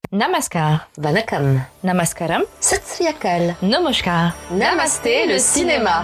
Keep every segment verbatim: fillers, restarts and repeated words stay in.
Namaskar. Vanakkam. Namaskaram. Sat Sri Akal. Namaskar. Namasté le cinéma.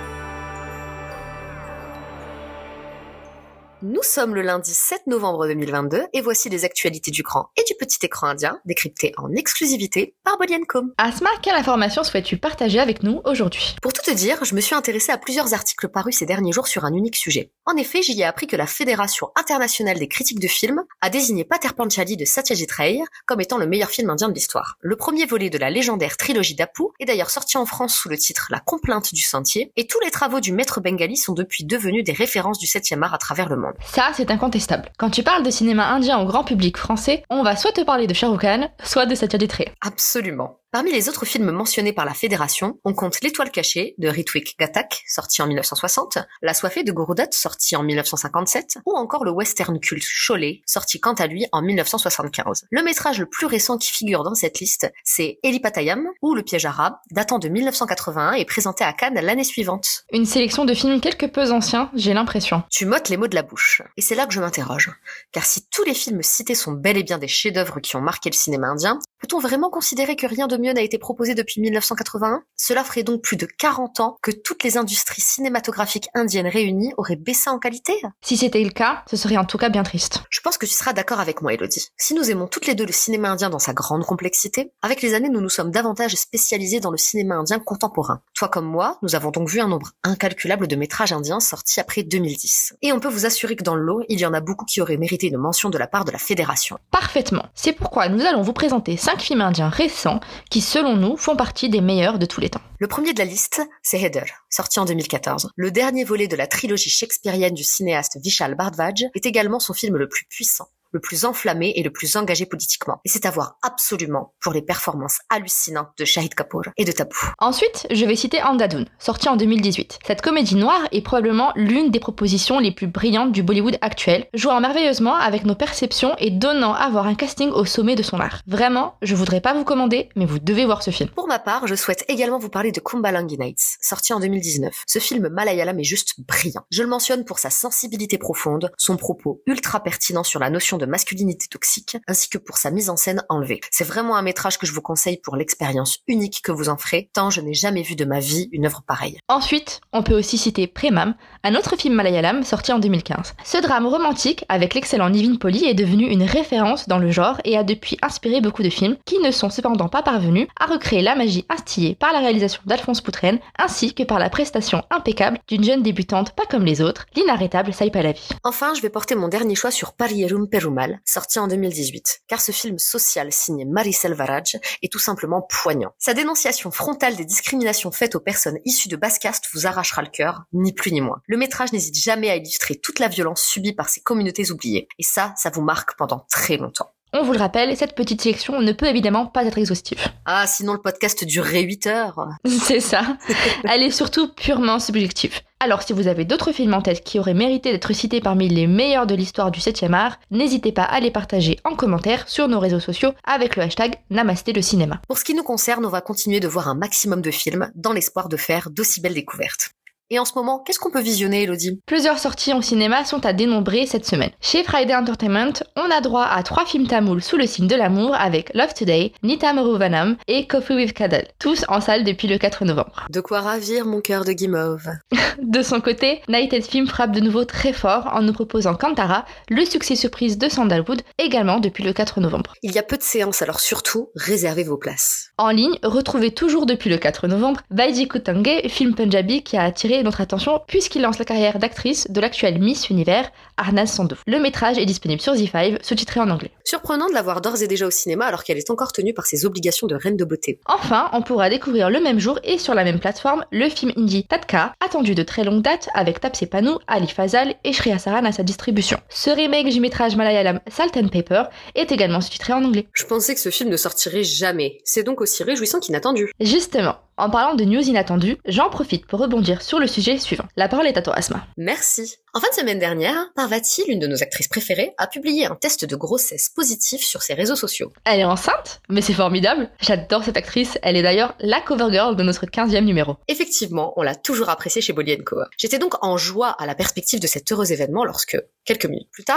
Nous sommes le lundi sept novembre deux mille vingt-deux et voici les actualités du grand et du petit écran indien décryptées en exclusivité par Body and Com. Asma, quelle information souhaites-tu partager avec nous aujourd'hui? Pour tout te dire, je me suis intéressée à plusieurs articles parus ces derniers jours sur un unique sujet. En effet, j'y ai appris que la Fédération internationale des critiques de films a désigné Pather Panchali de Satyajit Ray comme étant le meilleur film indien de l'histoire. Le premier volet de la légendaire trilogie d'Apu est d'ailleurs sorti en France sous le titre La complainte du sentier et tous les travaux du maître bengali sont depuis devenus des références du septième art à travers le monde. Ça, c'est incontestable. Quand tu parles de cinéma indien au grand public français, on va soit te parler de Shah Rukh Khan, soit de Satyajit Ray. Absolument. Parmi les autres films mentionnés par la Fédération, on compte L'Étoile cachée de Ritwik Ghatak, sorti en dix-neuf cent soixante, L'Assoiffé de Guru Dutt, sorti en dix-neuf cent cinquante-sept, ou encore le western culte Sholay, sorti quant à lui en dix-neuf cent soixante-quinze. Le métrage le plus récent qui figure dans cette liste, c'est Eli Patayam, ou Le Piège arabe, datant de dix-neuf cent quatre-vingt-un et présenté à Cannes l'année suivante. Une sélection de films quelque peu anciens, j'ai l'impression. Tu m'ôtes les mots de la bouche. Et c'est là que je m'interroge. Car si tous les films cités sont bel et bien des chefs-d'œuvre qui ont marqué le cinéma indien, peut-on vraiment considérer que rien de mieux n'a été proposé depuis dix-neuf cent quatre-vingt-un? Cela ferait donc plus de quarante ans que toutes les industries cinématographiques indiennes réunies auraient baissé en qualité? Si c'était le cas, ce serait en tout cas bien triste. Je pense que tu seras d'accord avec moi, Elodie. Si nous aimons toutes les deux le cinéma indien dans sa grande complexité, avec les années nous nous sommes davantage spécialisés dans le cinéma indien contemporain. Toi comme moi, nous avons donc vu un nombre incalculable de métrages indiens sortis après deux mille dix. Et on peut vous assurer que dans le lot, il y en a beaucoup qui auraient mérité une mention de la part de la Fédération. Parfaitement. C'est pourquoi nous allons vous présenter cinq films indiens récents qui, selon nous, font partie des meilleurs de tous les temps. Le premier de la liste, c'est Heather, sorti en deux mille quatorze. Le dernier volet de la trilogie shakespearienne du cinéaste Vishal Bhardwaj est également son film le plus puissant, le plus enflammé et le plus engagé politiquement. Et c'est à voir absolument pour les performances hallucinantes de Shahid Kapoor et de Tabu. Ensuite, je vais citer Andhadhun, sorti en deux mille dix-huit. Cette comédie noire est probablement l'une des propositions les plus brillantes du Bollywood actuel, jouant merveilleusement avec nos perceptions et donnant à voir un casting au sommet de son art. Vraiment, je voudrais pas vous commander, mais vous devez voir ce film. Pour ma part, je souhaite également vous parler de Kumbalangi Nights, sorti en deux mille dix-neuf. Ce film malayalam est juste brillant. Je le mentionne pour sa sensibilité profonde, son propos ultra pertinent sur la notion de masculinité toxique, ainsi que pour sa mise en scène enlevée. C'est vraiment un métrage que je vous conseille pour l'expérience unique que vous en ferez, tant je n'ai jamais vu de ma vie une œuvre pareille. Ensuite, on peut aussi citer Premam, un autre film malayalam sorti en deux mille quinze. Ce drame romantique, avec l'excellent Nivin Pauly, est devenu une référence dans le genre et a depuis inspiré beaucoup de films qui ne sont cependant pas parvenus à recréer la magie instillée par la réalisation d'Alphonse Poutren, ainsi que par la prestation impeccable d'une jeune débutante pas comme les autres, l'inarrêtable Sai Pallavi. Enfin, je vais porter mon dernier choix sur Pariyerum Perumal, sorti en deux mille dix-huit, car ce film social signé Mari Selvaraj est tout simplement poignant. Sa dénonciation frontale des discriminations faites aux personnes issues de basse caste vous arrachera le cœur, ni plus ni moins. Le métrage n'hésite jamais à illustrer toute la violence subie par ces communautés oubliées, et ça, ça vous marque pendant très longtemps. On vous le rappelle, cette petite sélection ne peut évidemment pas être exhaustive. Ah, sinon le podcast durerait huit heures. C'est ça. Elle est surtout purement subjective. Alors si vous avez d'autres films en tête qui auraient mérité d'être cités parmi les meilleurs de l'histoire du septième art, n'hésitez pas à les partager en commentaire sur nos réseaux sociaux avec le hashtag Namasté le cinéma. Pour ce qui nous concerne, on va continuer de voir un maximum de films dans l'espoir de faire d'aussi belles découvertes. Et en ce moment, qu'est-ce qu'on peut visionner, Elodie? Plusieurs sorties au cinéma sont à dénombrer cette semaine. Chez Friday Entertainment, on a droit à trois films tamouls sous le signe de l'amour avec Love Today, Nitamuru Vanam et Coffee with Cuddle, tous en salle depuis le quatre novembre. De quoi ravir mon cœur de guimauve. De son côté, Nighted Film frappe de nouveau très fort en nous proposant Kantara, le succès surprise de Sandalwood, également depuis le quatre novembre. Il y a peu de séances, alors surtout, réservez vos places. En ligne, retrouvez toujours depuis le quatre novembre Baiji Kutange, film punjabi qui a attiré notre attention puisqu'il lance la carrière d'actrice de l'actuelle Miss Univers, Arnaz Sandhu. Le métrage est disponible sur Z cinq, sous-titré en anglais. Surprenant de la voir d'ores et déjà au cinéma alors qu'elle est encore tenue par ses obligations de reine de beauté. Enfin, on pourra découvrir le même jour et sur la même plateforme le film indie Tatka, attendu de très longue date avec Taapsee Pannu, Ali Fazal et Shreya Saran à sa distribution. Ce remake du métrage malayalam Salt and Pepper est également sous-titré en anglais. Je pensais que ce film ne sortirait jamais. C'est donc aussi réjouissant qu'inattendu. Justement. En parlant de news inattendues, j'en profite pour rebondir sur le sujet suivant. La parole est à toi, Asma. Merci. En fin de semaine dernière, Parvati, l'une de nos actrices préférées, a publié un test de grossesse positif sur ses réseaux sociaux. Elle est enceinte? Mais c'est formidable. J'adore cette actrice. Elle est d'ailleurs la cover girl de notre quinzième numéro. Effectivement, on l'a toujours appréciée chez Body and Co. J'étais donc en joie à la perspective de cet heureux événement lorsque, quelques minutes plus tard,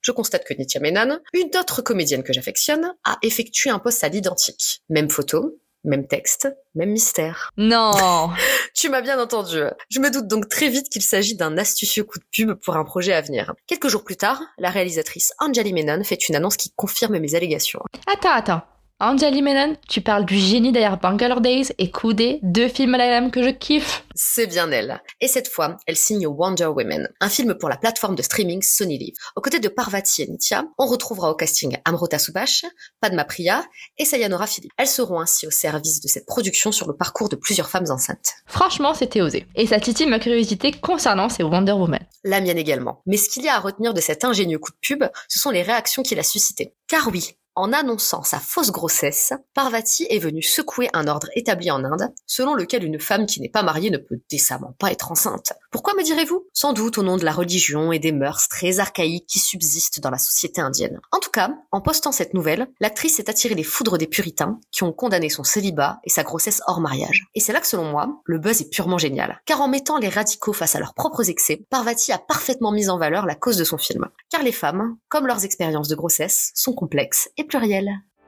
je constate que Nithya Menon, une autre comédienne que j'affectionne, a effectué un post à l'identique. Même photo, même texte, même mystère. Non. Tu m'as bien entendu. Je me doute donc très vite qu'il s'agit d'un astucieux coup de pub pour un projet à venir. Quelques jours plus tard, la réalisatrice Anjali Menon fait une annonce qui confirme mes allégations. Attends, attends. Anjali Menon, tu parles du génie derrière Bangalore Days et Coudé, deux films malayalam que je kiffe. C'est bien elle. Et cette fois, elle signe Wonder Woman, un film pour la plateforme de streaming Sony Live. Aux côtés de Parvati et Nithya, on retrouvera au casting Amrita Subhash, Padma Priya et Sayanora Philippe. Elles seront ainsi au service de cette production sur le parcours de plusieurs femmes enceintes. Franchement, c'était osé. Et ça titille ma curiosité concernant ces Wonder Woman. La mienne également. Mais ce qu'il y a à retenir de cet ingénieux coup de pub, ce sont les réactions qu'il a suscitées. Car oui, en annonçant sa fausse grossesse, Parvati est venue secouer un ordre établi en Inde, selon lequel une femme qui n'est pas mariée ne peut décemment pas être enceinte. Pourquoi, me direz-vous? Sans doute au nom de la religion et des mœurs très archaïques qui subsistent dans la société indienne. En tout cas, en postant cette nouvelle, l'actrice s'est attirée les foudres des puritains qui ont condamné son célibat et sa grossesse hors mariage. Et c'est là que, selon moi, le buzz est purement génial. Car en mettant les radicaux face à leurs propres excès, Parvati a parfaitement mis en valeur la cause de son film. Car les femmes, comme leurs expériences de grossesse, sont complexes et pluriel.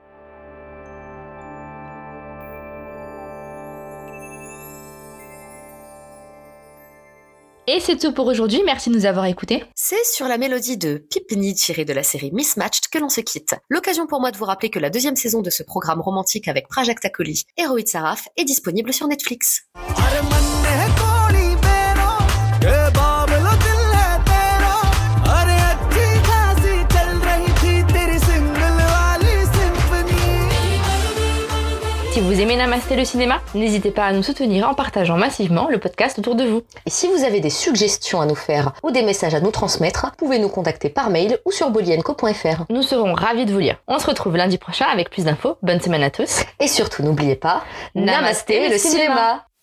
Et c'est tout pour aujourd'hui, merci de nous avoir écoutés. C'est sur la mélodie de Pipni tirée de la série Mismatched que l'on se quitte. L'occasion pour moi de vous rappeler que la deuxième saison de ce programme romantique avec Prajakta Koli et Rohit Saraf est disponible sur Netflix. Si vous aimez Namasté le cinéma, n'hésitez pas à nous soutenir en partageant massivement le podcast autour de vous. Et si vous avez des suggestions à nous faire ou des messages à nous transmettre, vous pouvez nous contacter par mail ou sur bolienco point f r. Nous serons ravis de vous lire. On se retrouve lundi prochain avec plus d'infos. Bonne semaine à tous. Et surtout, n'oubliez pas, Namasté le cinéma.